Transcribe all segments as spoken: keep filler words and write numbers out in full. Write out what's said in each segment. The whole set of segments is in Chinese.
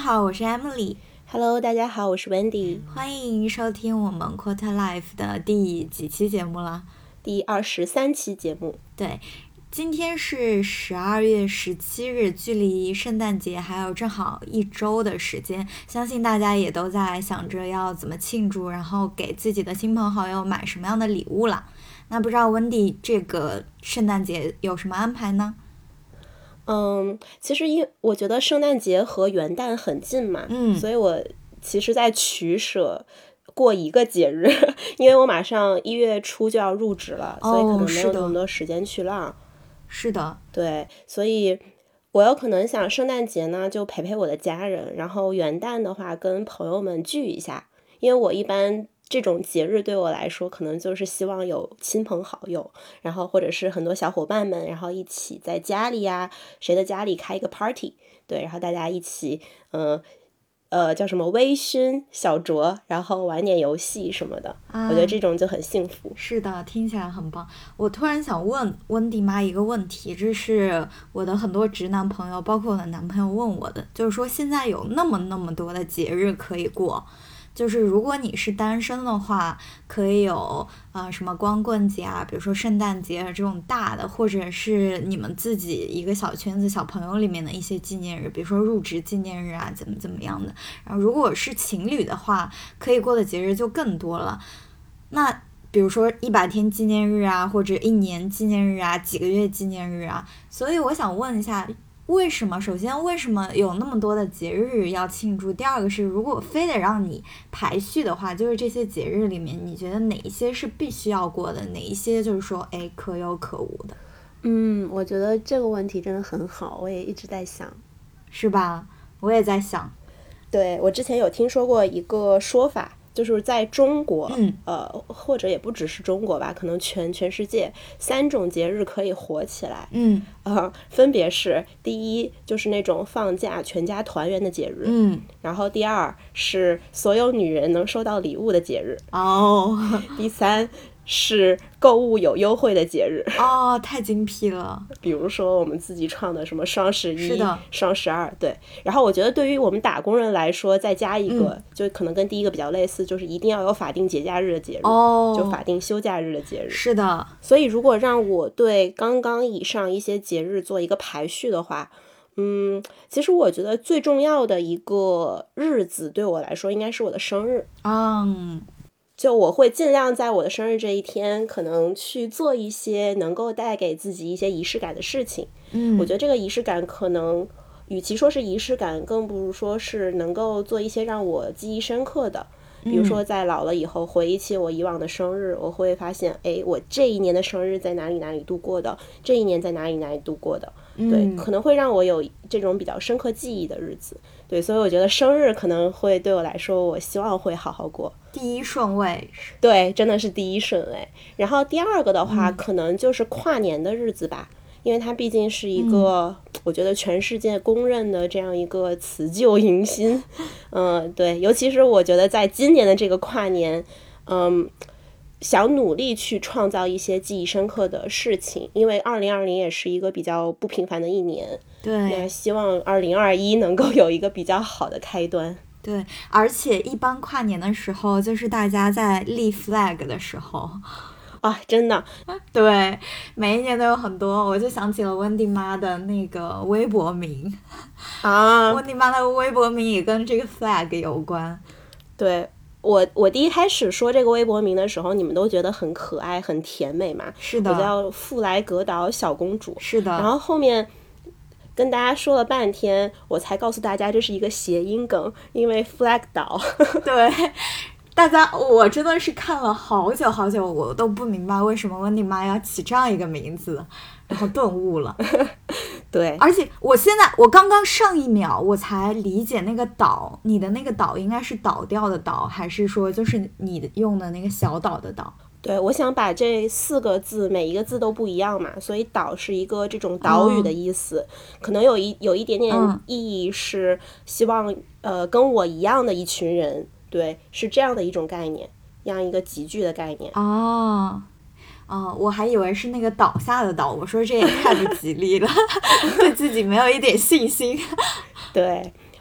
好，我是 Emily。 Hello， 大家好，我是 Wendy。 欢迎收听我们 Quarter Life 的第几期节目了？ 第二十三期节目。 对，今天是十二月十七日，距离圣诞节还有正好一周的时间，相信大家也都在想着要怎么庆祝，然后给自己的亲朋好友买什么样的礼物了。那不知道 Wendy 这个圣诞节有什么安排呢？ 嗯，其实因我觉得圣诞节和元旦很近嘛， 嗯， 所以我其实在取舍过一个节日，因为我马上一月初就要入职了， 哦、 所以可能没有那么多时间去浪。 是的， 对，所以我有可能想圣诞节呢就陪陪我的家人，然后元旦的话跟朋友们聚一下，因为我一般这种节日对我来说可能就是希望有亲朋好友，然后或者是很多小伙伴们，然后一起在家里呀、啊，谁的家里开一个 party， 对，然后大家一起嗯呃叫什么微醺小酌，然后玩点游戏什么的、啊、我觉得这种就很幸福。 是的，听起来很棒。我突然想问温迪妈一个问题，这是我的很多直男朋友包括我的男朋友问我的，就是说现在有那么那么多的节日可以过，就是如果你是单身的话，可以有呃什么光棍节啊，比如说圣诞节这种大的，或者是你们自己一个小圈子小朋友里面的一些纪念日，比如说入职纪念日啊，怎么怎么样的。然后如果是情侣的话，可以过的节日就更多了。那比如说一百天纪念日啊，或者一年纪念日啊，几个月纪念日啊。所以我想问一下，为什么首先为什么有那么多的节日要庆祝？第二个是，如果非得让你排序的话，就是这些节日里面，你觉得哪一些是必须要过的，哪一些就是说哎可有可无的？ 嗯，我觉得这个问题真的很好，我也一直在想。 是吧？我也在想。 对，我之前有听说过一个说法，就是在中国、 嗯、 呃，或者也不只是中国吧，可能全全世界三种节日可以火起来。 嗯， 呃，分别是第一就是那种放假全家团圆的节日， 嗯， 然后第二是所有女人能收到礼物的节日， 哦， 第三是购物有优惠的节日。 哦，太精辟了。 比如说我们自己创的什么双十一、 是的， 双十二，对。然后我觉得对于我们打工人来说，再加一个、嗯、就可能跟第一个比较类似，就是一定要有法定节假日的节日， 哦， 就法定休假日的节日。 是的。 所以如果让我对刚刚以上一些节日做一个排序的话，嗯，其实我觉得最重要的一个日子对我来说应该是我的生日。 嗯， 就我会尽量在我的生日这一天可能去做一些能够带给自己一些仪式感的事情。 嗯， 我觉得这个仪式感可能与其说是仪式感，更不如说是能够做一些让我记忆深刻的，比如说在老了以后回忆起我以往的生日，我会发现哎，我这一年的生日在哪里哪里度过的，这一年在哪里哪里度过的，对，可能会让我有这种比较深刻记忆的日子。对，所以我觉得生日可能会对我来说，我希望会好好过， 第一顺位。 对，真的是第一顺位。然后第二个的话、嗯、可能就是跨年的日子吧，因为它毕竟是一个、嗯、我觉得全世界公认的这样一个辞旧迎新。嗯、呃，对，尤其是我觉得在今年的这个跨年，嗯，想努力去创造一些记忆深刻的事情，因为二零二零也是一个比较不平凡的一年。 对， 那希望二零二一能够有一个比较好的开端。 对，而且一般跨年的时候，就是大家在立 flag 的时候啊，真的， 对，每一年都有很多，我就想起了温蒂妈的那个微博名啊， 温蒂妈的微博名也跟这个 flag 有关。 对。我我第一开始说这个微博名的时候，你们都觉得很可爱很甜美嘛？ 是的， 我叫富莱格岛小公主。 是的。 然后后面跟大家说了半天，我才告诉大家这是一个谐音梗，因为 flag 岛。 对，大家我真的是看了好久好久，我都不明白为什么温蒂妈要起这样一个名字，然后顿悟了。 对， 而且我现在我刚刚上一秒我才理解那个岛，你的那个岛应该是倒掉的岛，还是说就是你用的那个小岛的岛？ 对，我想把这四个字每一个字都不一样嘛，所以岛是一个这种岛屿的意思、嗯、可能有一有一点点意义是希望、嗯、呃跟我一样的一群人，对，是这样的一种概念，这样一个集聚的概念。 哦哦，我还以为是那个倒下的倒，我说这也太不吉利了。对自己没有一点信心。 对，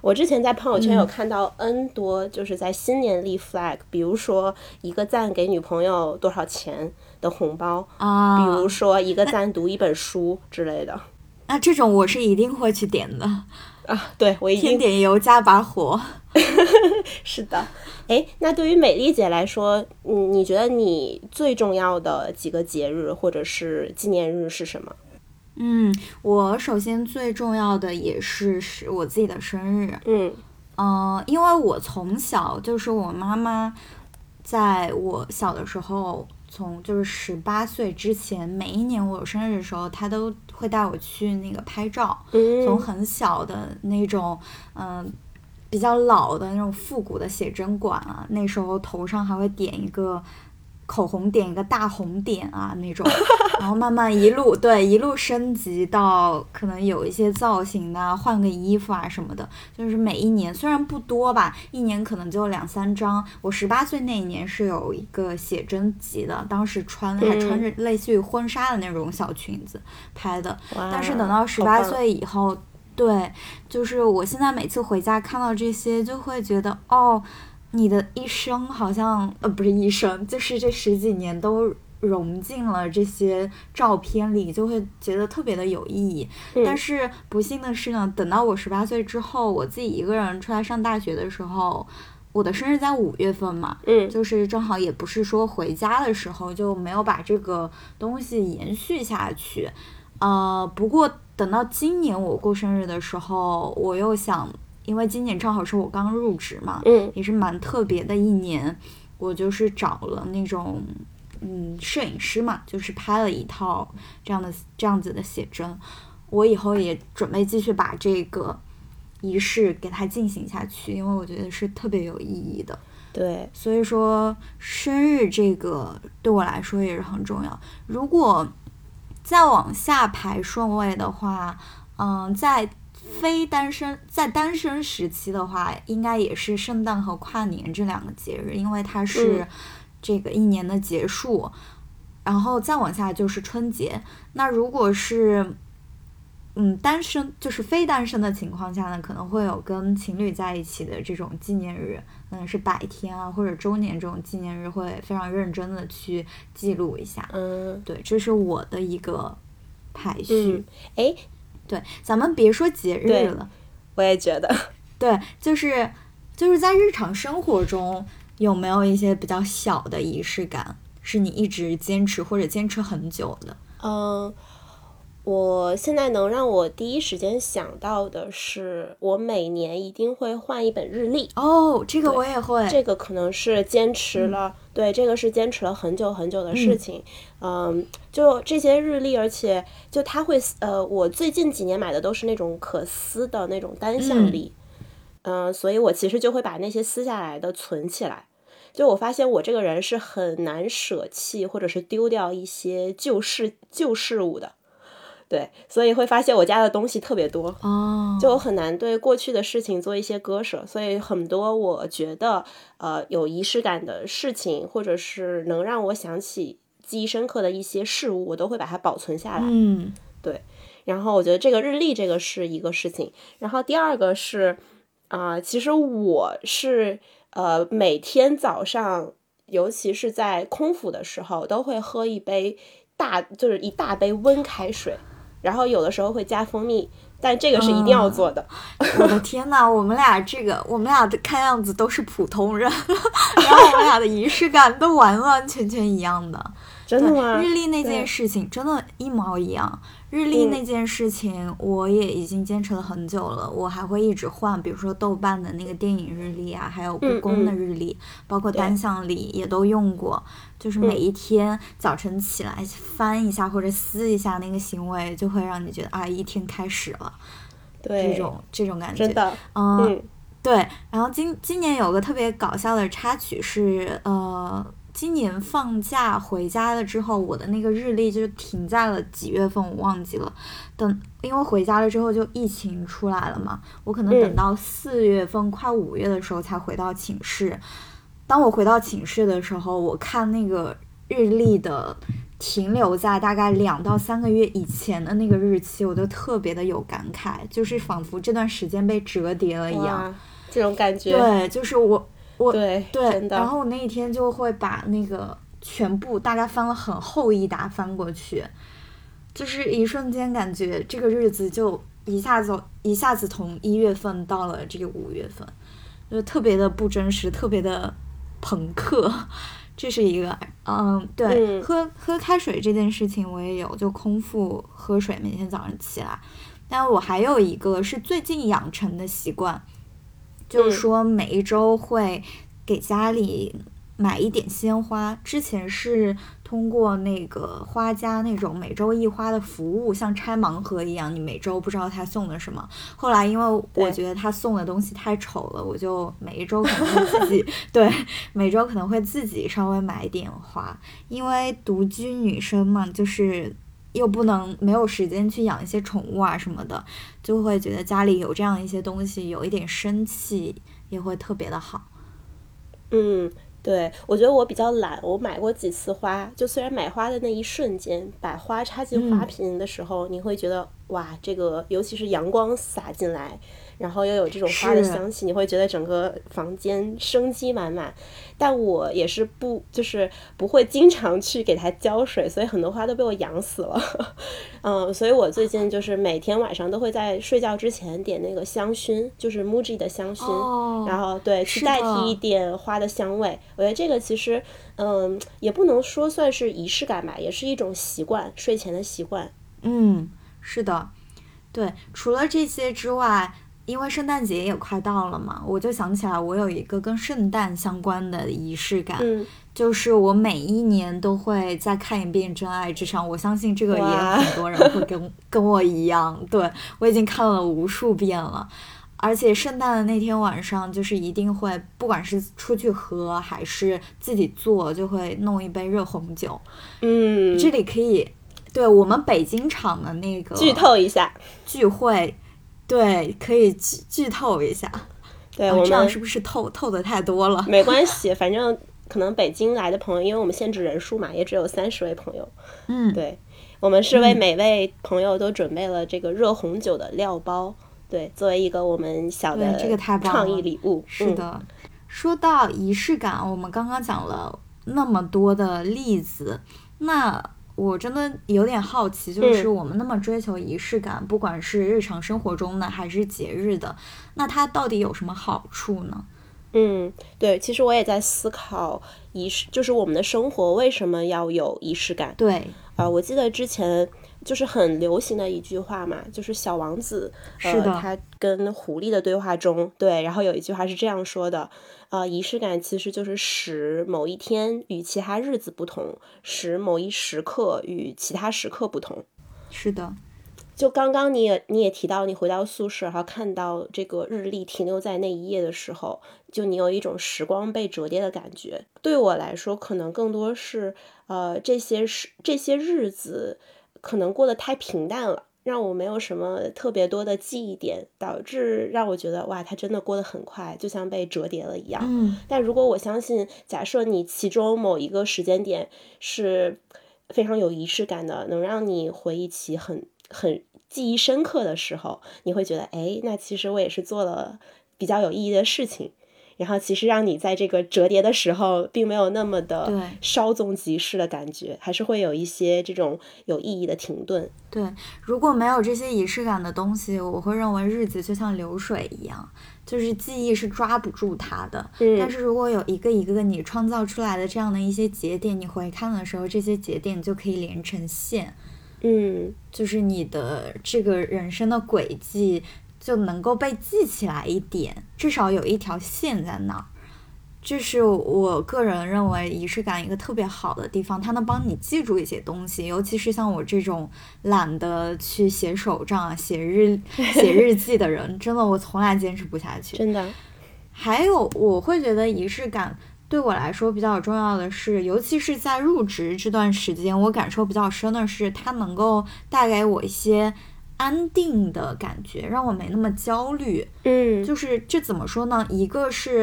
我之前在朋友圈有看到 N 多就是在新年立 flag，、嗯、比如说一个赞给女朋友多少钱的红包啊， 比如说一个赞读一本书之类的。 那这种我是一定会去点的啊，对，我一定添点油加把火。 是的。哎，那对于美丽姐来说，嗯，你觉得你最重要的几个节日或者是纪念日是什么？ 嗯，我首先最重要的也是是我自己的生日。 嗯嗯、呃，因为我从小就是我妈妈在我小的时候，从就是十八岁之前，每一年我有生日的时候，她都会带我去那个拍照。 嗯， 从很小的那种，嗯、呃，比较老的那种复古的写真馆啊，那时候头上还会点一个口红，点一个大红点啊那种，然后慢慢一路对一路升级到可能有一些造型的，换个衣服啊什么的，就是每一年虽然不多吧，一年可能就两三张。我十八岁那一年是有一个写真集的，当时穿还穿着类似于婚纱的那种小裙子拍的， 嗯、 但是等到十八岁以后，对，就是我现在每次回家看到这些，就会觉得哦。你的一生好像呃不是一生，就是这十几年都融进了这些照片里，就会觉得特别的有意义。 嗯、 但是不幸的是呢，等到我十八岁之后，我自己一个人出来上大学的时候，我的生日在五月份嘛， 嗯， 就是正好也不是说回家的时候，就没有把这个东西延续下去。呃，不过等到今年我过生日的时候，我又想。因为今年正好是我刚入职嘛， 嗯， 也是蛮特别的一年，我就是找了那种嗯摄影师嘛，就是拍了一套这样的这样子的写真，我以后也准备继续把这个仪式给它进行下去，因为我觉得是特别有意义的。 对， 所以说生日这个对我来说也是很重要。如果再往下排顺位的话，嗯，在非单身在单身时期的话，应该也是圣诞和跨年这两个节日，因为它是这个一年的结束、嗯、然后再往下就是春节。那如果是嗯单身就是非单身的情况下呢，可能会有跟情侣在一起的这种纪念日，嗯，是百天啊或者周年这种纪念日，会非常认真的去记录一下。 嗯， 对，这是我的一个排序。 哎、嗯， 对，咱们别说节日了， 我也觉得， 对，就是就是在日常生活中有没有一些比较小的仪式感，是你一直坚持或者坚持很久的？ 嗯，我现在能让我第一时间想到的是，我每年一定会换一本日历。 哦，这个我也会。 这个可能是坚持了、嗯、对，这个是坚持了很久很久的事情。嗯, 嗯就这些日历，而且就它会呃，我最近几年买的都是那种可撕的那种单向历。嗯, 嗯，所以我其实就会把那些撕下来的存起来。就我发现我这个人是很难舍弃或者是丢掉一些旧事旧事物的。对，所以会发现我家的东西特别多， 哦， 就我很难对过去的事情做一些割舍，所以很多我觉得呃有仪式感的事情，或者是能让我想起记忆深刻的一些事物，我都会把它保存下来。 嗯， 对。然后我觉得这个日历这个是一个事情，然后第二个是啊、呃，其实我是呃每天早上，尤其是在空腹的时候，都会喝一杯大就是一大杯温开水。然后有的时候会加蜂蜜，但这个是一定要做的。 嗯、我的天哪，我们俩这个，我们俩的看样子都是普通人，然后我们俩的仪式感都完完全全一样的。 真的吗？ 日历那件事情真的一毛一样。日历那件事情我也已经坚持了很久了、嗯、我还会一直换，比如说豆瓣的那个电影日历啊，还有故宫的日历、嗯嗯、包括单向历也都用过，就是每一天早晨起来翻一下或者撕一下那个行为，就会让你觉得啊一天开始了， 对， 这种这种感觉真的。 嗯, 嗯对。然后今今年有个特别搞笑的插曲是呃今年放假回家了之后，我的那个日历就停在了几月份我忘记了，等因为回家了之后就疫情出来了嘛，我可能等到四月份、嗯、快五月的时候才回到寝室。当我回到寝室的时候，我看那个日历的停留在大概两到三个月以前的那个日期，我就特别的有感慨，就是仿佛这段时间被折叠了一样， 这种感觉。 对，就是我我对对真的然后我那一天就会把那个全部大概翻了很厚一沓翻过去，就是一瞬间感觉这个日子就一下子一下子从一月份到了这个五月份，就特别的不真实，特别的朋克。这是一个，嗯，对， 嗯喝喝开水这件事情我也有，就空腹喝水，每天早上起来。但我还有一个是最近养成的习惯，就是说每一周会给家里买一点鲜花。之前是通过那个花家那种每周一花的服务，像拆盲盒一样，你每周不知道他送的什么。后来因为我觉得他送的东西太丑了，我就每一周可能会自己对每周可能会自己稍微买一点花，因为独居女生嘛，就是又不能没有时间去养一些宠物啊什么的，就会觉得家里有这样一些东西，有一点生气也会特别的好。 嗯，对，我觉得我比较懒，我买过几次花，就虽然买花的那一瞬间，把花插进花瓶的时候，嗯、你会觉得哇，这个尤其是阳光洒进来，然后又有这种花的香气，你会觉得整个房间生机满满。但我也是不就是不会经常去给它浇水，所以很多花都被我养死了。嗯，所以我最近就是每天晚上都会在睡觉之前点那个香薰，就是 Muji 的香薰， 哦、 然后对去代替一点花的香味。我觉得这个其实嗯也不能说算是仪式感吧，也是一种习惯，睡前的习惯。 嗯，是的，对，除了这些之外，因为圣诞节也快到了嘛，我就想起来我有一个跟圣诞相关的仪式感， 嗯、 就是我每一年都会再看一遍《真爱至上》，我相信这个也有很多人会跟跟我一样，对，我已经看了无数遍了。而且圣诞的那天晚上，就是一定会，不管是出去喝还是自己做，就会弄一杯热红酒。 嗯， 这里可以，对我们北京场的那个剧透一下聚会。对，可以剧剧透一下。 对， 啊、 我们这样是不是透透的太多了？ 没关系，反正可能北京来的朋友，因为我们限制人数嘛，也只有三十位朋友。 嗯， 对，我们是为每位朋友都准备了这个热红酒的料包，对，作为一个我们小的这个太棒了创意礼物。 是的、嗯，说到仪式感，我们刚刚讲了那么多的例子，那我真的有点好奇，就是我们那么追求仪式感、嗯、不管是日常生活中的还是节日的，那它到底有什么好处呢？ 嗯，对，其实我也在思考仪式，就是我们的生活为什么要有仪式感。 对啊、呃，我记得之前就是很流行的一句话嘛，就是小王子呃他跟狐狸的对话中，对，然后有一句话是这样说的，呃，仪式感其实就是使某一天与其他日子不同，使某一时刻与其他时刻不同。 是的， 就刚刚你也你也提到，你回到宿舍，然后看到这个日历停留在那一页的时候，就你有一种时光被折叠的感觉。对我来说，可能更多是呃这些是这些日子可能过得太平淡了，让我没有什么特别多的记忆点，导致让我觉得哇，它真的过得很快，就像被折叠了一样。 嗯， 但如果我相信，假设你其中某一个时间点是非常有仪式感的，能让你回忆起很很记忆深刻的时候，你会觉得哎，那其实我也是做了比较有意义的事情，然后其实让你在这个折叠的时候并没有那么的稍纵即逝的感觉，还是会有一些这种有意义的停顿。 对，如果没有这些仪式感的东西，我会认为日子就像流水一样，就是记忆是抓不住它的、 嗯、 但是如果有一个一个你创造出来的这样的一些节点，你回看的时候，这些节点就可以连成线， 嗯， 就是你的这个人生的轨迹就能够被记起来一点，至少有一条线在那儿。这是我个人认为仪式感一个特别好的地方，它能帮你记住一些东西，尤其是像我这种懒得去写手账啊、写日写日记的人，真的我从来坚持不下去。 真的。 还有，我会觉得仪式感对我来说比较重要的是，尤其是在入职这段时间，我感受比较深的是，它能够带给我一些安定的感觉，让我没那么焦虑。 嗯， 就是这怎么说呢？一个是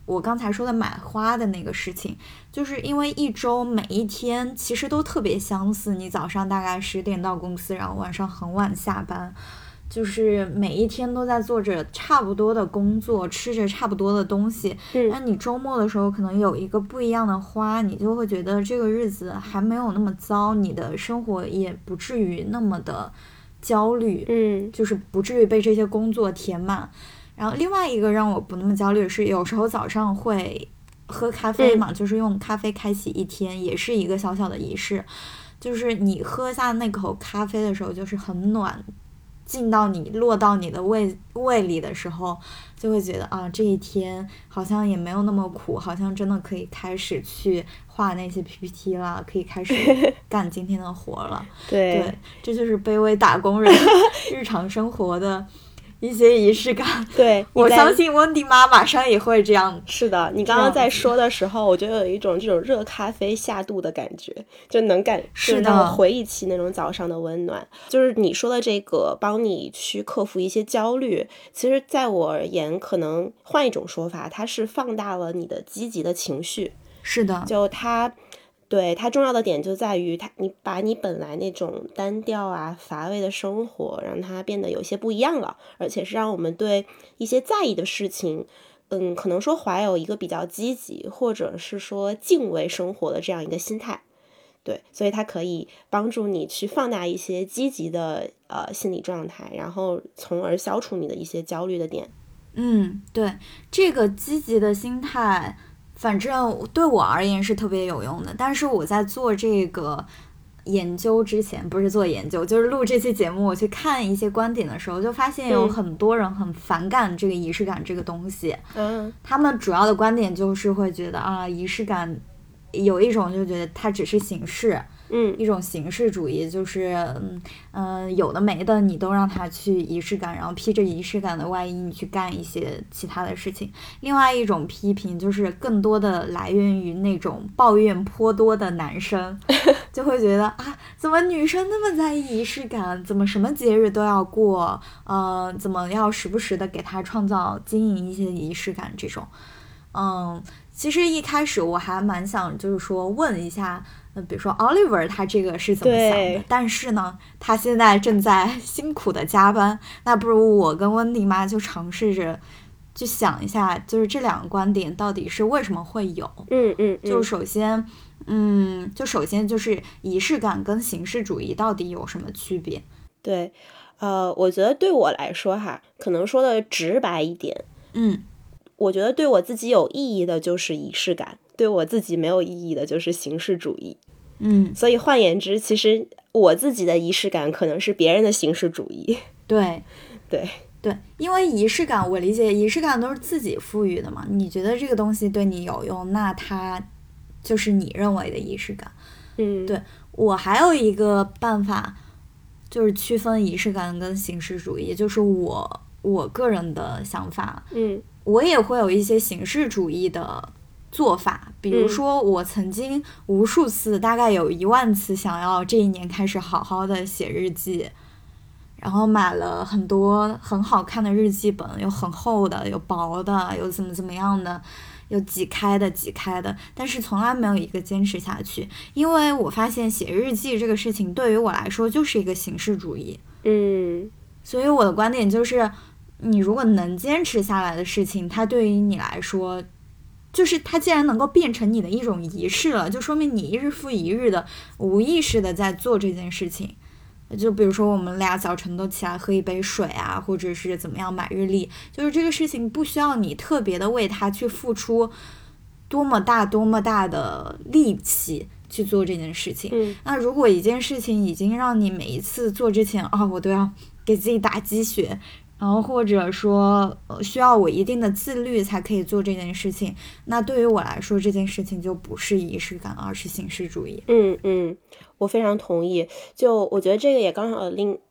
我刚才说的买花的那个事情，就是因为一周每一天其实都特别相似，你早上大概十点到公司，然后晚上很晚下班，就是每一天都在做着差不多的工作，吃着差不多的东西。那、嗯、你周末的时候可能有一个不一样的花，你就会觉得这个日子还没有那么糟，你的生活也不至于那么的焦虑， 嗯， 就是不至于被这些工作填满。然后另外一个让我不那么焦虑是，有时候早上会喝咖啡嘛、嗯、就是用咖啡开启一天，也是一个小小的仪式。就是你喝下那口咖啡的时候，就是很暖，进到你落到你的胃胃里的时候，就会觉得啊，这一天好像也没有那么苦，好像真的可以开始去画那些 P P T 了，可以开始干今天的活了。 对对，这就是卑微打工人日常生活的一些仪式感。 对， 我相信温迪妈马上也会这样。 是的，你刚刚在说的时候，我就有一种这种热咖啡下肚的感觉，就能感是让我回忆起那种早上的温暖。就是你说的这个帮你去克服一些焦虑，其实在我而言，可能换一种说法，它是放大了你的积极的情绪。 是的， 就它对它重要的点就在于它，你把你本来那种单调啊乏味的生活让它变得有些不一样了，而且是让我们对一些在意的事情嗯，可能说怀有一个比较积极或者是说敬畏生活的这样一个心态。对，所以它可以帮助你去放大一些积极的呃心理状态，然后从而消除你的一些焦虑的点。 嗯，对，这个积极的心态反正对我而言是特别有用的。但是我在做这个研究之前，不是做研究，就是录这期节目，我去看一些观点的时候，就发现有很多人很反感这个仪式感这个东西。 嗯， 他们主要的观点就是会觉得啊，仪式感有一种就觉得它只是形式。 嗯， 一种形式主义，就是嗯嗯、呃，有的没的你都让他去仪式感，然后披着仪式感的外衣你去干一些其他的事情。另外一种批评就是更多的来源于那种抱怨颇多的男生，就会觉得啊，怎么女生那么在意仪式感，怎么什么节日都要过，呃，怎么要时不时的给他创造经营一些仪式感这种。嗯，其实一开始我还蛮想就是说问一下呃，比如说 Oliver 他这个是怎么想的，但是呢他现在正在辛苦的加班，那不如我跟温迪妈就尝试着去想一下，就是这两个观点到底是为什么会有。 嗯嗯, 嗯就首先嗯就首先就是仪式感跟形式主义到底有什么区别。 对呃，我觉得对我来说哈，可能说的直白一点， 嗯我觉得对我自己有意义的就是仪式感，对我自己没有意义的就是形式主义。 嗯， 所以换言之，其实我自己的仪式感可能是别人的形式主义。 对对对，因为仪式感我理解仪式感都是自己赋予的嘛，你觉得这个东西对你有用，那它就是你认为的仪式感。 嗯， 对，我还有一个办法就是区分仪式感跟形式主义，就是我我个人的想法。 嗯， 我也会有一些形式主义的做法，比如说我曾经无数次、嗯、大概有一万次想要这一年开始好好的写日记，然后买了很多很好看的日记本，有很厚的，有薄的，有怎么怎么样的，有挤开的挤开的，但是从来没有一个坚持下去，因为我发现写日记这个事情对于我来说就是一个形式主义。 嗯， 所以我的观点就是你如果能坚持下来的事情，它对于你来说就是它既然能够变成你的一种仪式了，就说明你一日复一日的无意识的在做这件事情。就比如说我们俩早晨都起来喝一杯水啊，或者是怎么样买日历，就是这个事情不需要你特别的为它去付出多么大多么大的力气去做这件事情。 嗯， 那如果一件事情已经让你每一次做之前啊、哦，我都要给自己打鸡血，然后或者说、呃、需要我一定的自律才可以做这件事情，那对于我来说这件事情就不是仪式感，而是形式主义。 嗯嗯，我非常同意。就我觉得这个也刚好令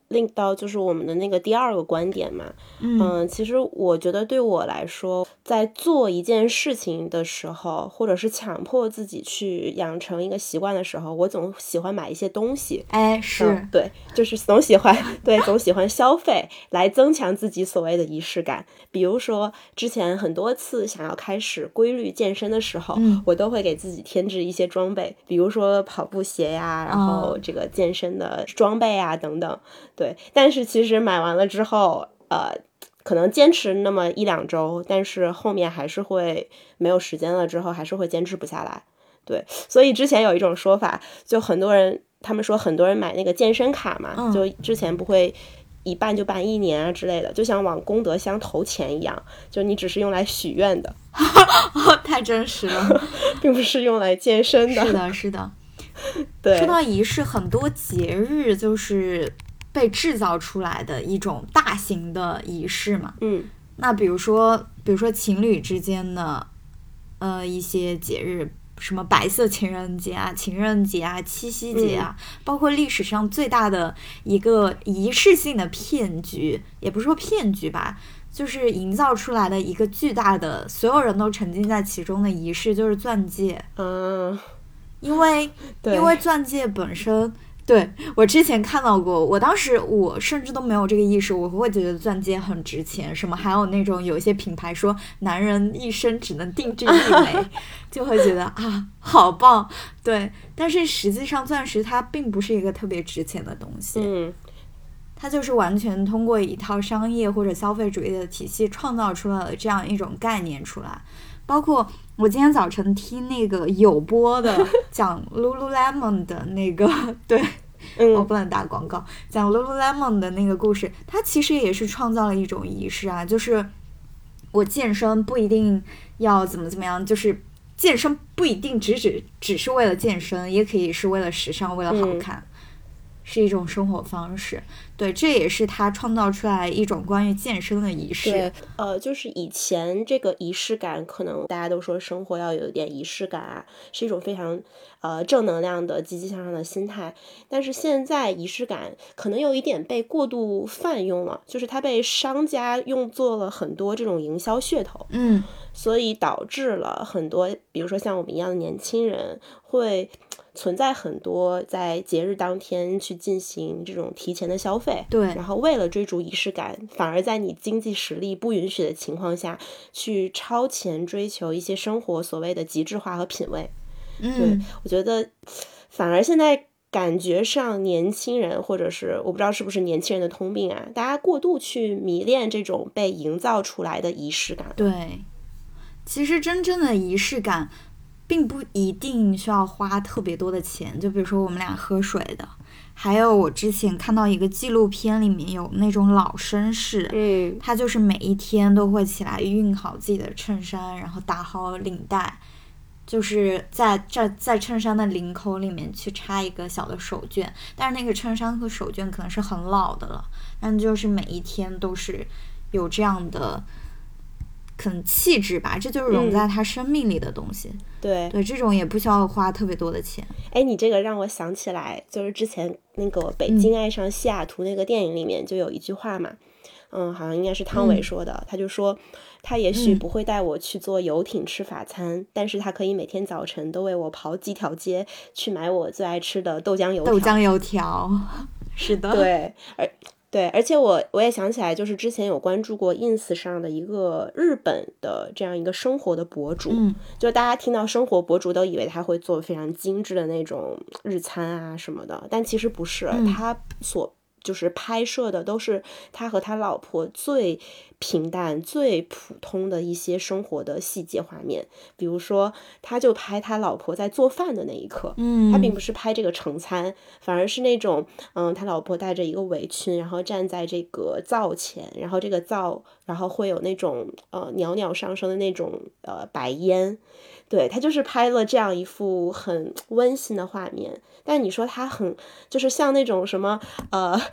link 到就是我们的那个第二个观点嘛。 嗯、 呃、其实我觉得对我来说，在做一件事情的时候，或者是强迫自己去养成一个习惯的时候，我总喜欢买一些东西。 哎，是、 嗯、对，就是总喜欢对总喜欢消费来增强自己所谓的仪式感。比如说之前很多次想要开始规律健身的时候、 嗯、 我都会给自己添置一些装备，比如说跑步鞋呀，然后这个健身的装备啊等等。对，但是其实买完了之后呃可能坚持那么一两周，但是后面还是会没有时间了，之后还是会坚持不下来。对，所以之前有一种说法，就很多人他们说很多人买那个健身卡嘛、 嗯、 就之前不会一办就办一年啊之类的，就像往功德箱投钱一样，就你只是用来许愿的太真实了并不是用来健身的。 是的是的对， 说到仪式，很多节日就是被制造出来的一种大型的仪式嘛。 嗯， 那比如说比如说情侣之间的呃一些节日，什么白色情人节啊、情人节啊、七夕节啊、嗯、包括历史上最大的一个仪式性的骗局，也不是说骗局吧，就是营造出来的一个巨大的所有人都沉浸在其中的仪式，就是钻戒。 嗯， 因为因为钻戒本身，对，我之前看到过，我当时我甚至都没有这个意识，我会觉得钻戒很值钱，什么还有那种有一些品牌说男人一生只能定制一枚就会觉得啊好棒。对，但是实际上钻石它并不是一个特别值钱的东西。 嗯， 它就是完全通过一套商业或者消费主义的体系创造出来了这样一种概念出来。包括我今天早晨听那个有播的讲 Lululemon 的那个对、嗯、我不能打广告，讲 Lululemon 的那个故事，它其实也是创造了一种仪式啊，就是我健身不一定要怎么怎么样，就是健身不一定只只只是为了健身，也可以是为了时尚，为了好看、嗯、是一种生活方式。对，这也是他创造出来一种关于健身的仪式。 对，呃，就是以前这个仪式感，可能大家都说生活要有点仪式感啊，是一种非常呃正能量的积极向上的心态。但是现在仪式感可能有一点被过度泛用了，就是它被商家用作了很多这种营销噱头。 嗯， 所以导致了很多，比如说像我们一样的年轻人会存在很多在节日当天去进行这种提前的消费， 对， 然后为了追逐仪式感，反而在你经济实力不允许的情况下去超前追求一些生活所谓的极致化和品味。 嗯， 对，我觉得反而现在感觉上年轻人，或者是我不知道是不是年轻人的通病啊，大家过度去迷恋这种被营造出来的仪式感。 对，其实真正的仪式感并不一定需要花特别多的钱，就比如说我们俩喝水的，还有我之前看到一个纪录片里面有那种老绅士， 嗯， 他就是每一天都会起来熨好自己的衬衫，然后打好领带，就是在这在衬衫的领口里面去插一个小的手绢，但是那个衬衫和手绢可能是很老的了，但就是每一天都是有这样的可能气质吧，这就是融在他生命里的东西、嗯、 对对，这种也不需要花特别多的钱。 哎，你这个让我想起来，就是之前那个北京爱上西雅图那个电影里面就有一句话嘛，嗯，好像应该是汤唯说的、嗯、他就说他也许不会带我去坐游艇吃法餐、嗯、但是他可以每天早晨都为我跑几条街去买我最爱吃的豆浆油条。 豆浆油条是的， 对，而对，而且我我也想起来，就是之前有关注过 ins 上的一个日本的这样一个生活的博主、 嗯、 就大家听到生活博主都以为他会做非常精致的那种日餐啊什么的，但其实不是、嗯、他所就是拍摄的都是他和他老婆最平淡最普通的一些生活的细节画面，比如说他就拍他老婆在做饭的那一刻， 嗯， 他并不是拍这个盛餐，反而是那种嗯，他老婆戴着一个围裙，然后站在这个灶前，然后这个灶然后会有那种呃袅袅上升的那种呃白烟，对，他就是拍了这样一幅很温馨的画面。但你说他很就是像那种什么呃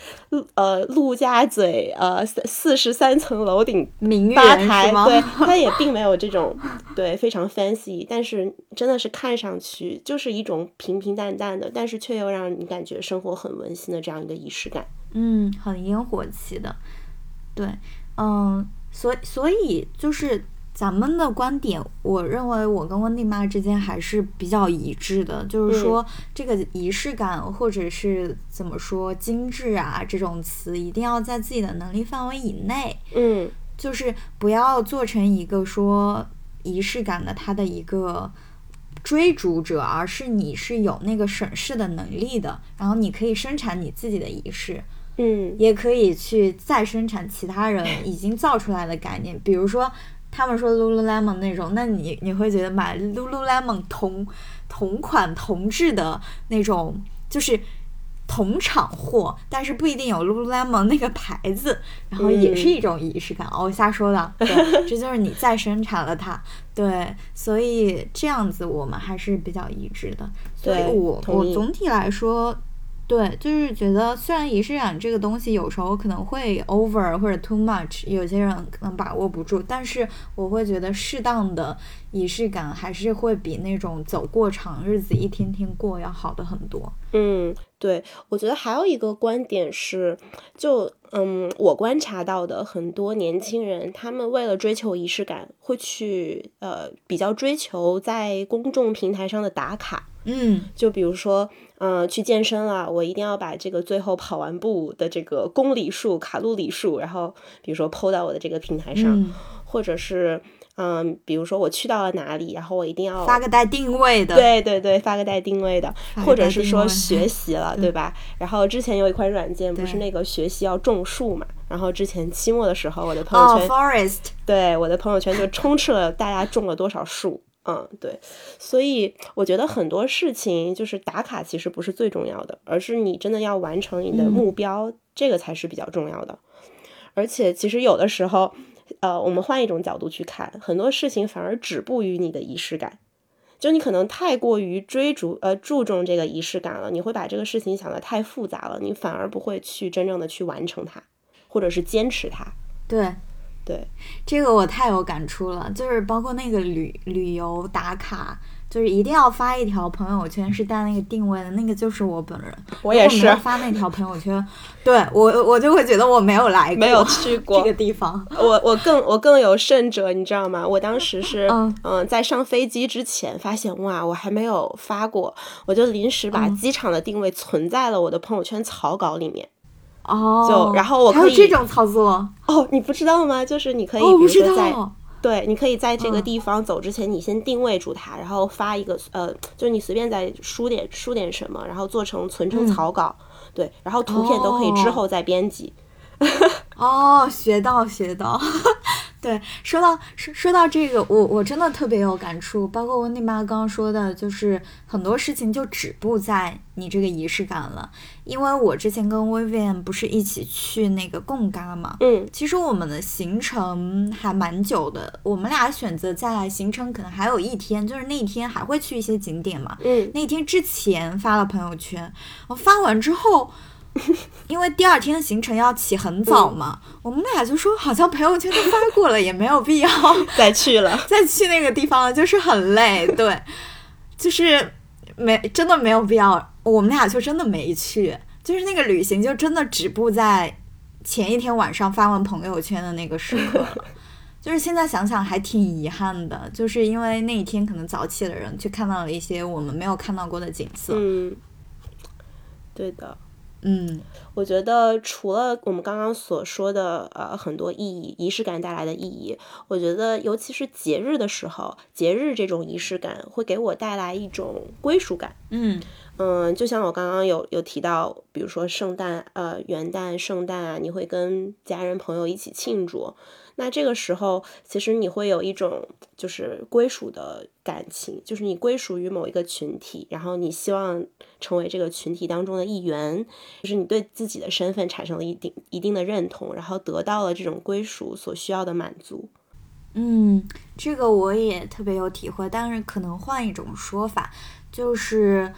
呃陆家嘴呃四十三层楼顶名吧台， 是吗？ 对，它也并没有这种对非常 fancy， 但是真的是看上去就是一种平平淡淡的，但是却又让你感觉生活很温馨的这样一个仪式感。 嗯，很烟火气的，对，嗯，所以所以就是咱们的观点，我认为我跟温蒂妈之间还是比较一致的，就是说、嗯、这个仪式感或者是怎么说精致啊这种词，一定要在自己的能力范围以内， 嗯， 就是不要做成一个说仪式感的它的一个追逐者，而是你是有那个审视的能力的，然后你可以生产你自己的仪式。 嗯， 也可以去再生产其他人已经造出来的概念，比如说他们说 Lululemon 那种，那你你会觉得买 Lululemon 同同款同质的那种就是同厂货，但是不一定有 Lululemon 那个牌子，然后也是一种仪式感。哦，瞎说的，对，这就是你再生产了它，对，所以这样子我们还是比较一致的。所以我我总体来说。对，就是觉得虽然仪式感这个东西有时候可能会 over 或者 too much， 有些人可能把握不住，但是我会觉得适当的仪式感还是会比那种走过长日子一天天过要好的很多。 嗯，对，我觉得还有一个观点是，就嗯，我观察到的很多年轻人，他们为了追求仪式感，会去呃比较追求在公众平台上的打卡。 嗯， 就比如说，嗯、呃，去健身了，我一定要把这个最后跑完步的这个公里数、卡路里数，然后比如说 po 到我的这个平台上， 嗯、 或者是，嗯，比如说我去到了哪里，然后我一定要发个带定位的， 对对对，发个带定位的，或者是说学习了，对吧？然后之前有一款软件，不是那个学习要种树嘛？然后之前期末的时候，我的朋友圈， 哦 ，Forest， 对，我的朋友圈就充斥了大家种了多少树。嗯，对，所以我觉得很多事情就是打卡其实不是最重要的，而是你真的要完成你的目标，嗯、这个才是比较重要的。而且其实有的时候，呃，我们换一种角度去看，很多事情反而止步于你的仪式感。就你可能太过于追逐呃注重这个仪式感了，你会把这个事情想得太复杂了，你反而不会去真正的去完成它，或者是坚持它。 对。 对， 这个我太有感触了，就是包括那个旅旅游打卡，就是一定要发一条朋友圈是带那个定位的，那个就是我本人。 我也是。 如果没有发那条朋友圈，对我我就会觉得我没有来过， 没有去过这个地方。 我我更我更有甚者，你知道吗？我当时是嗯、呃、在上飞机之前发现，哇，我还没有发过，我就临时把机场的定位存在了我的朋友圈草稿里面。 哦， 就然后我可以还有这种操作哦，你不知道吗？就是你可以， 哦、 比如说在、 哦、 对，你可以在这个地方走之前，你先定位住它，嗯、然后发一个呃，就是你随便再输点输点什么，然后做成存成草稿，嗯、对，然后图片都可以之后再编辑。 哦，学到学到。对，说到说说到这个，我我真的特别有感触，包括温蒂妈刚刚说的，就是很多事情就止步在你这个仪式感了。因为我之前跟 Vivian 不是一起去那个贡嘎嘛， 嗯， 其实我们的行程还蛮久的，我们俩选择在行程可能还有一天，就是那一天还会去一些景点嘛， 嗯， 那天之前发了朋友圈，我发完之后。因为第二天的行程要起很早嘛、嗯、我们俩就说好像朋友圈都发过了也没有必要再去了再去那个地方了，就是很累，对，就是没真的没有必要，我们俩就真的没去，就是那个旅行就真的止步在前一天晚上发完朋友圈的那个时刻了就是现在想想还挺遗憾的，就是因为那一天可能早起的人去看到了一些我们没有看到过的景色。 嗯，对的。 嗯， 我觉得除了我们刚刚所说的呃很多意义，仪式感带来的意义，我觉得尤其是节日的时候，节日这种仪式感会给我带来一种归属感。 嗯嗯，就像我刚刚有有提到，比如说圣诞、呃元旦、圣诞啊，你会跟家人朋友一起庆祝。那这个时候其实你会有一种就是归属的感情，就是你归属于某一个群体，然后你希望成为这个群体当中的一员，就是你对自己的身份产生了一定一定的认同，然后得到了这种归属所需要的满足。 嗯，这个我也特别有体会，但是可能换一种说法，就是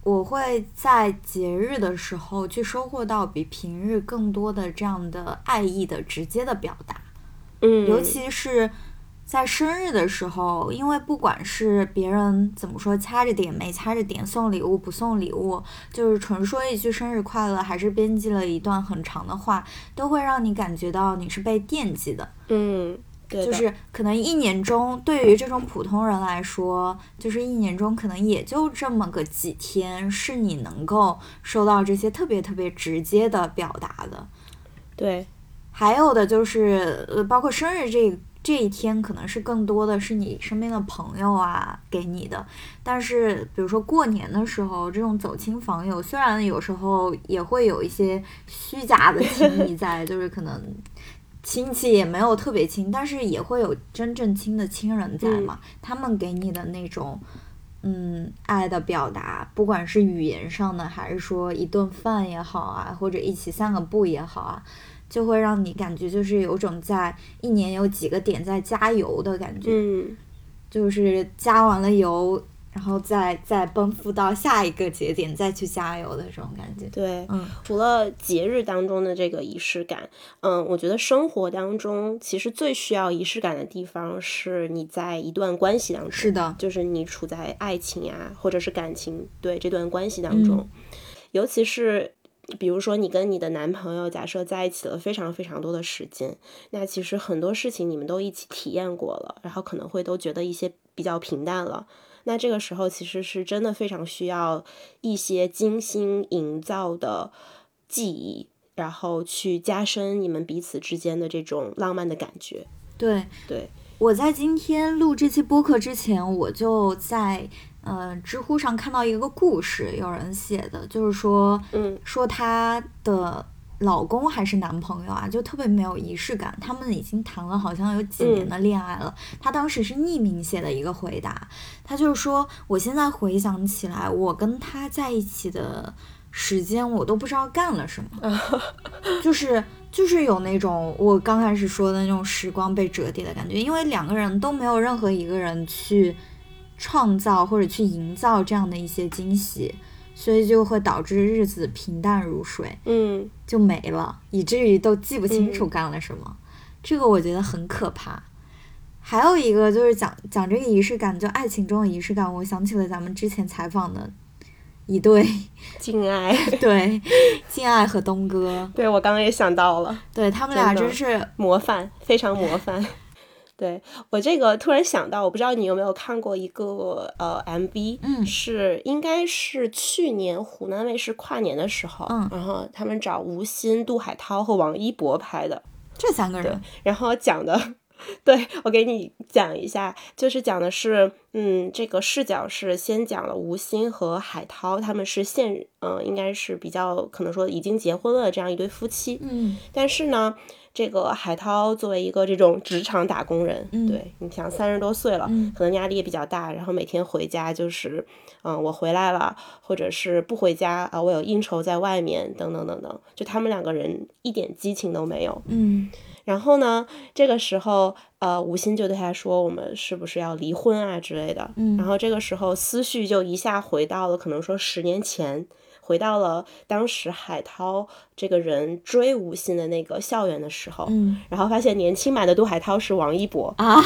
我会在节日的时候去收获到比平日更多的这样的爱意的直接的表达。 嗯， 尤其是在生日的时候，因为不管是别人怎么说，掐着点没掐着点，送礼物不送礼物，就是纯说一句生日快乐，还是编辑了一段很长的话，都会让你感觉到你是被惦记的。 嗯，对的， 就是可能一年中对于这种普通人来说，就是一年中可能也就这么个几天是你能够收到这些特别特别直接的表达的。 对， 还有的就是呃，包括生日这这一天，可能是更多的是你身边的朋友啊给你的。但是比如说过年的时候，这种走亲访友，虽然有时候也会有一些虚假的亲密在，就是可能亲戚也没有特别亲，但是也会有真正亲的亲人在嘛， 嗯、 他们给你的那种嗯爱的表达，不管是语言上的，还是说一顿饭也好啊，或者一起散个步也好啊，就会让你感觉就是有种在一年有几个点在加油的感觉。 嗯， 就是加完了油，然后再再奔赴到下一个节点，再去加油的这种感觉。 对， 嗯， 除了节日当中的这个仪式感，嗯，我觉得生活当中其实最需要仪式感的地方是你在一段关系当中， 是的， 就是你处在爱情呀，或者是感情，对这段关系当中， 嗯、 尤其是比如说你跟你的男朋友假设在一起了非常非常多的时间，那其实很多事情你们都一起体验过了，然后可能会都觉得一些比较平淡了，那这个时候其实是真的非常需要一些精心营造的记忆，然后去加深你们彼此之间的这种浪漫的感觉。 对对， 我在今天录这期播客之前，我就在呃知乎上看到一个故事，有人写的，就是说， 嗯， 说她的老公还是男朋友啊，就特别没有仪式感。他们已经谈了好像有几年的恋爱了。他、嗯、当时是匿名写的一个回答，他就是说，我现在回想起来，我跟他在一起的时间，我都不知道干了什么，就是就是有那种我刚开始说的那种时光被折叠的感觉，因为两个人都没有任何一个人去创造或者去营造这样的一些惊喜。所以就会导致日子平淡如水， 嗯， 就没了，以至于都记不清楚干了什么，嗯、这个我觉得很可怕。还有一个就是讲讲这个仪式感，就爱情中的仪式感，我想起了咱们之前采访的一对敬爱， 对，敬爱和东哥， 对，我刚刚也想到了， 对，他们俩真是模范，非常模范。对，我这个突然想到，我不知道你有没有看过一个呃 M V， 嗯， 是应该是去年湖南卫视跨年的时候， 嗯， 然后他们找吴昕、杜海涛和王一博拍的， 这三个人， 然后讲的，对，我给你讲一下，就是讲的是，嗯，这个视角是先讲了吴昕和海涛，他们是现，嗯、呃，应该是比较可能说已经结婚了这样一对夫妻， 嗯， 但是呢。这个海涛作为一个这种职场打工人， 嗯、 对，你想三十多岁了、 嗯， 可能压力也比较大，然后每天回家就是，嗯、呃，我回来了，或者是不回家啊、呃，我有应酬在外面，等等等等，就他们两个人一点激情都没有。 嗯， 然后呢，这个时候，呃，吴昕就对他说：“我们是不是要离婚啊之类的？” 嗯， 然后这个时候思绪就一下回到了可能说十年前。回到了当时海涛这个人追吴昕的那个校园的时候， 嗯， 然后发现年轻版的杜海涛是王一博啊，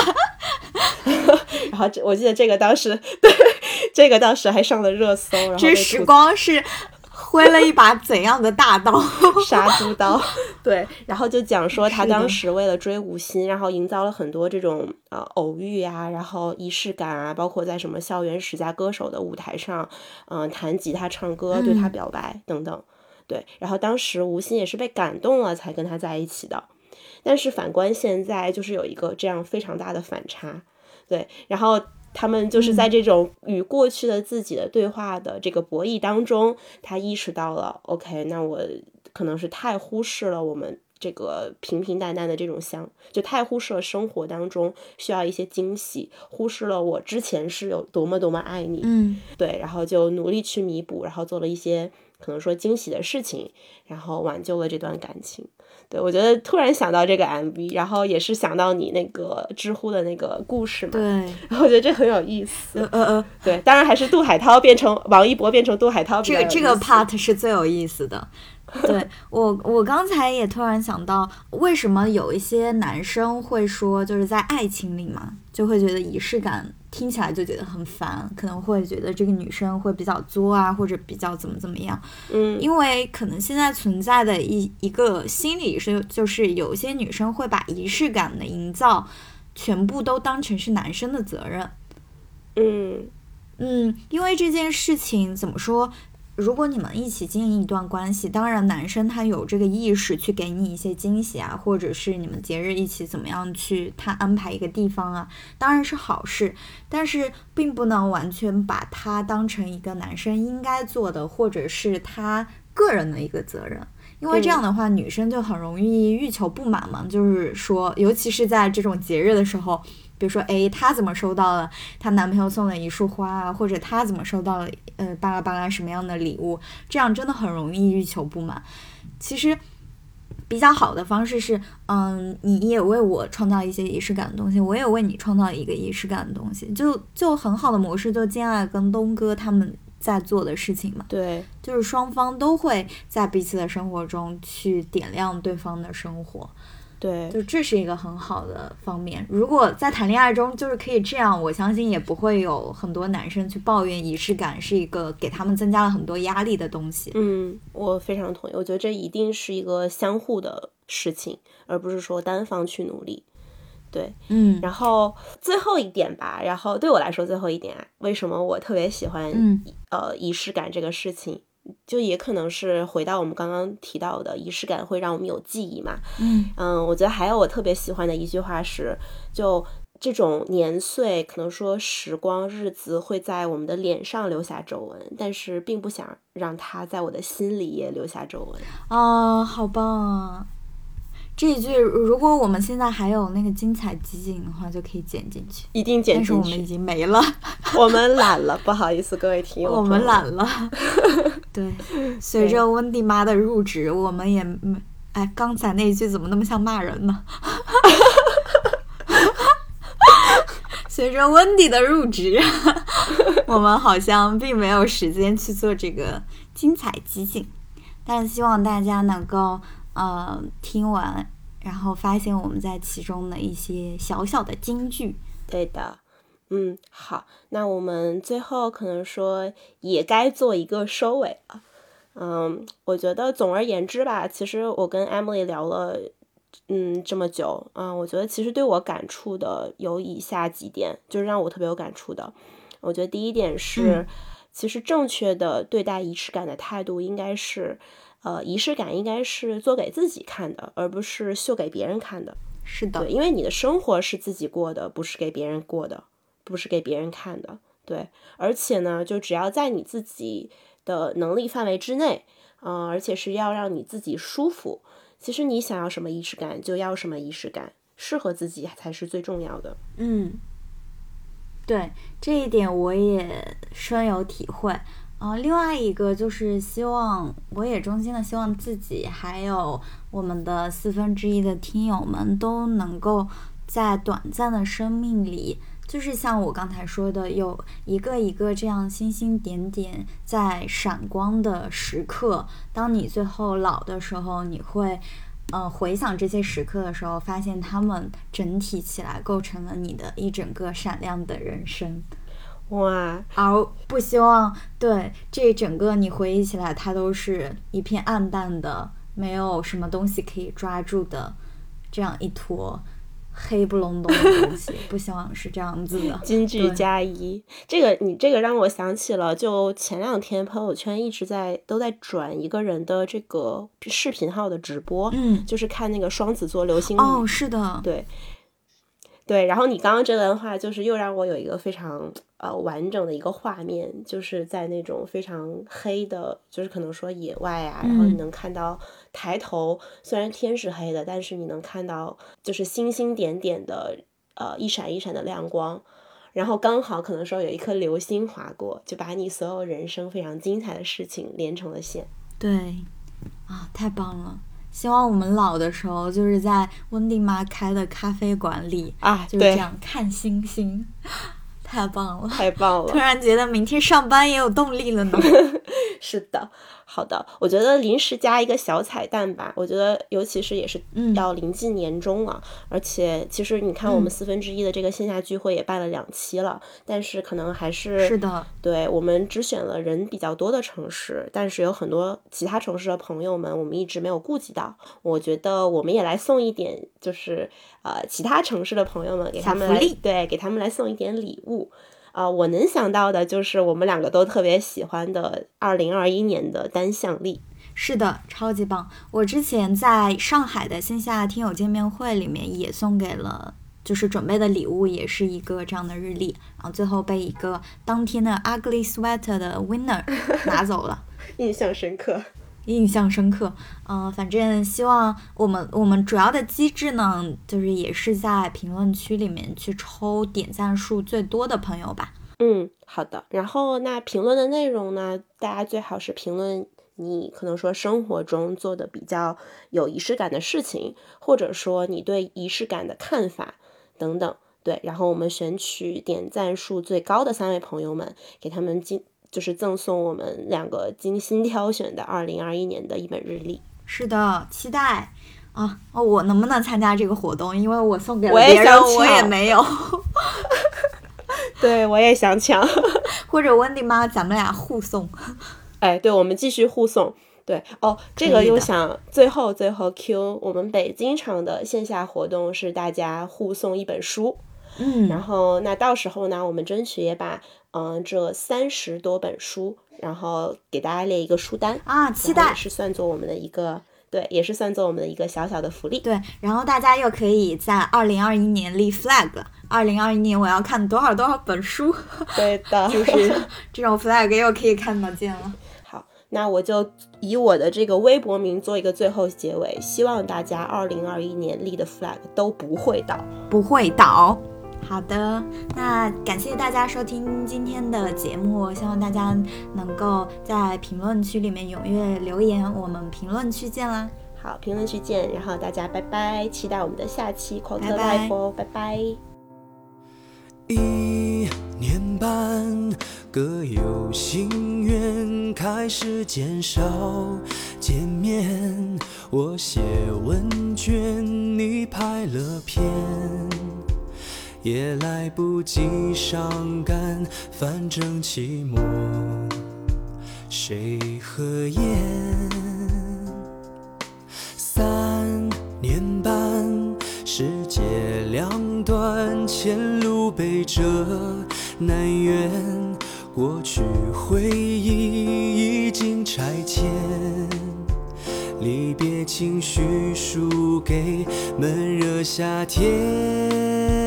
然后我记得这个当时，对，这个当时还上了热搜，然后这时光是挥了一把怎样的大刀？ 杀猪刀，对，然后就讲说他当时为了追吴昕，然后营造了很多这种呃偶遇啊，然后仪式感啊，包括在什么校园十佳歌手的舞台上，嗯、呃，弹吉他唱歌，对他表白、嗯、等等，对，然后当时吴昕也是被感动了才跟他在一起的，但是反观现在就是有一个这样非常大的反差，对，然后。他们就是在这种与过去的自己的对话的这个博弈当中，他意识到了 OK， 那我可能是太忽视了我们这个平平淡淡的这种相，就太忽视了生活当中需要一些惊喜，忽视了我之前是有多么多么爱你， 嗯， 对，然后就努力去弥补，然后做了一些可能说惊喜的事情，然后挽救了这段感情。 对，我觉得突然想到这个 M V， 然后也是想到你那个知乎的那个故事嘛， 对， 然后我觉得这很有意思。 呃呃呃， 对，当然还是杜海涛变成王一博变成杜海涛比这较有意思， 个这个 part 是最有意思的。对，我我刚才也突然想到，为什么有一些男生会说，就是在爱情里嘛，就会觉得仪式感听起来就觉得很烦，可能会觉得这个女生会比较作啊，或者比较怎么怎么样。 嗯， 因为可能现在存在的一一个心理是，就是有些女生会把仪式感的营造全部都当成是男生的责任。 嗯嗯，因为这件事情怎么说？如果你们一起经营一段关系，当然男生他有这个意识去给你一些惊喜啊，或者是你们节日一起怎么样去他安排一个地方啊，当然是好事，但是并不能完全把它当成一个男生应该做的，或者是他个人的一个责任。因为这样的话，女生就很容易欲求不满嘛，就是说，尤其是在这种节日的时候，比如说，哎，她怎么收到了她男朋友送的一束花啊，或者她怎么收到了呃巴拉巴拉什么样的礼物，这样真的很容易欲求不满。其实比较好的方式是，嗯，你也为我创造一些仪式感的东西，我也为你创造一个仪式感的东西，就就很好的模式，就金爱跟东哥他们在做的事情嘛。 对， 就是双方都会在彼此的生活中去点亮对方的生活。 对， 就这是一个很好的方面。如果在谈恋爱中就是可以这样，我相信也不会有很多男生去抱怨仪式感是一个给他们增加了很多压力的东西。 嗯，我非常同意，我觉得这一定是一个相互的事情，而不是说单方去努力。对， 嗯， 然后最后一点吧，然后对我来说最后一点啊，为什么我特别喜欢、 嗯、 呃仪式感这个事情，就也可能是回到我们刚刚提到的仪式感会让我们有记忆嘛。 嗯嗯，我觉得还有我特别喜欢的一句话是，就这种年岁可能说时光日子会在我们的脸上留下皱纹，但是并不想让它在我的心里也留下皱纹。 啊，好棒啊！这一句如果我们现在还有那个精彩集锦的话，就可以剪进去。 一定剪进去。 但是我们已经没了， 我们懒了，不好意思，各位听友。 我们懒了。对，随着温蒂妈的入职，我们也哎，刚才那一句怎么那么像骂人呢？随着温蒂的入职，我们好像并没有时间去做这个精彩集锦，但希望大家能够呃听完，然后发现我们在其中的一些小小的金句。 对的，嗯，好，那我们最后可能说也该做一个收尾了。嗯，我觉得总而言之吧，其实我跟 Emily 聊了嗯这么久，嗯，我觉得其实对我感触的有以下几点，就是让我特别有感触的。我觉得第一点是、嗯、其实正确的对待仪式感的态度应该是呃，仪式感应该是做给自己看的，而不是秀给别人看的。 是的， 对，因为你的生活是自己过的，不是给别人过的，不是给别人看的。对，而且呢，就只要在你自己的能力范围之内，嗯、呃，而且是要让你自己舒服。其实你想要什么仪式感，就要什么仪式感，适合自己才是最重要的。 嗯，对，这一点我也深有体会。呃，另外一个就是希望，我也衷心的希望自己还有我们的四分之一的听友们都能够在短暂的生命里，就是像我刚才说的，有一个一个这样星星点点在闪光的时刻，当你最后老的时候，你会呃回想这些时刻的时候，发现它们整体起来构成了你的一整个闪亮的人生。 哇， 而不希望对这整个你回忆起来它都是一片暗淡的，没有什么东西可以抓住的这样一坨黑不隆咚的东西。不希望是这样子的。 金句加一，这个你这个让我想起了，就前两天朋友圈一直在都在转一个人的这个视频号的直播， 嗯， 就是看那个双子座流星雨。 哦，是的， 对对，然后你刚刚这段话就是又让我有一个非常呃完整的一个画面，就是在那种非常黑的，就是可能说野外啊，然后你能看到抬头，虽然天是黑的，但是你能看到就是星星点点的呃一闪一闪的亮光，然后刚好可能说有一颗流星划过，就把你所有人生非常精彩的事情连成了线。 对啊，太棒了！ 希望我们老的时候就是在温蒂妈开的咖啡馆里啊， 就是这样看星星，太棒了， 太棒了！ 突然觉得明天上班也有动力了呢。 是的，好的，我觉得临时加一个小彩蛋吧。我觉得，尤其是也是要临近年终了，嗯、而且其实你看，我们四分之一的这个线下聚会也办了两期了，嗯、但是可能还是是的， 对我们只选了人比较多的城市，但是有很多其他城市的朋友们，我们一直没有顾及到。我觉得我们也来送一点，就是呃其他城市的朋友们，给他们来对给他们来送一点礼物。啊、呃，我能想到的就是我们两个都特别喜欢的二零二一年的单向历。 是的，超级棒！我之前在上海的线下听友见面会里面也送给了，就是准备的礼物也是一个这样的日历，然后最后被一个当天的 Ugly Sweater 的 winner 拿走了， 印象深刻。 印象深刻，嗯、呃，反正希望我们我们主要的机制呢，就是也是在评论区里面去抽点赞数最多的朋友吧。 嗯，好的。然后那评论的内容呢，大家最好是评论你可能说生活中做的比较有仪式感的事情，或者说你对仪式感的看法等等。对，然后我们选取点赞数最高的三位朋友们，给他们进。就是赠送我们两个精心挑选的二零二一年的一本日历。 是的，期待啊！哦，我能不能参加这个活动？因为我送给了别人，我 也, 我也没有。 对，我也想抢。 或者温蒂妈，咱们俩互送。 哎，对，我们继续互送。对哦，这个又想最后最后 Q 我们北京场的线下活动是大家互送一本书。 嗯， 然后那到时候呢，我们争取也把嗯、呃、这三十多本书，然后给大家列一个书单啊，期待， 也是算作我们的一个对，也是算作我们的一个小小的福利。 对，然后大家又可以在二零二一年立 flag， 二零二一年我要看多少多少本书， 对的， 就是这种 flag 又可以看得见了。 好，那我就以我的这个微博名做一个最后结尾，希望大家二零二一年立的 flag 都不会倒， 不会倒。好的，那感谢大家收听今天的节目，希望大家能够在评论区里面踊跃留言，我们评论区见啦。 好，评论区见，然后大家拜拜，期待我们的下期 Quarter Life 哦，拜拜。 一年半，各有心愿开始减少见面，我写问卷，你拍了片，也来不及伤感，反正期末谁合眼。三年半，世界两端，前路背着南辕，过去回忆已经拆迁，离别情绪输给闷热夏天。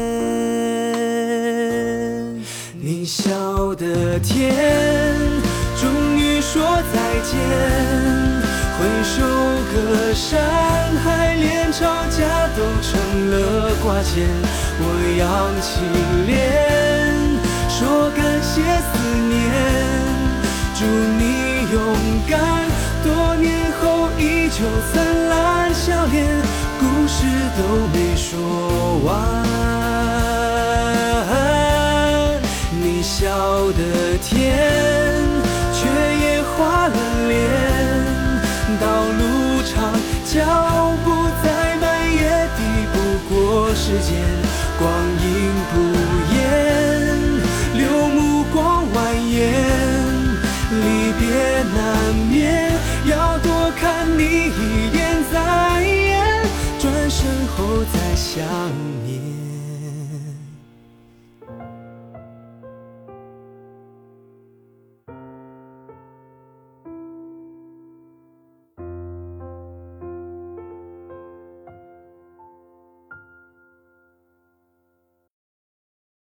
你笑得甜，终于说再见，挥手隔山海，连吵架都成了挂件。我扬起脸，说感谢思念，祝你勇敢，多年后依旧灿烂笑脸，故事都没说完。你笑得甜，却也花了脸，道路长，脚步再慢也抵不过时间，光阴不言，留目光蜿蜒，离别难免，要多看你一眼再眼，转身后再想念。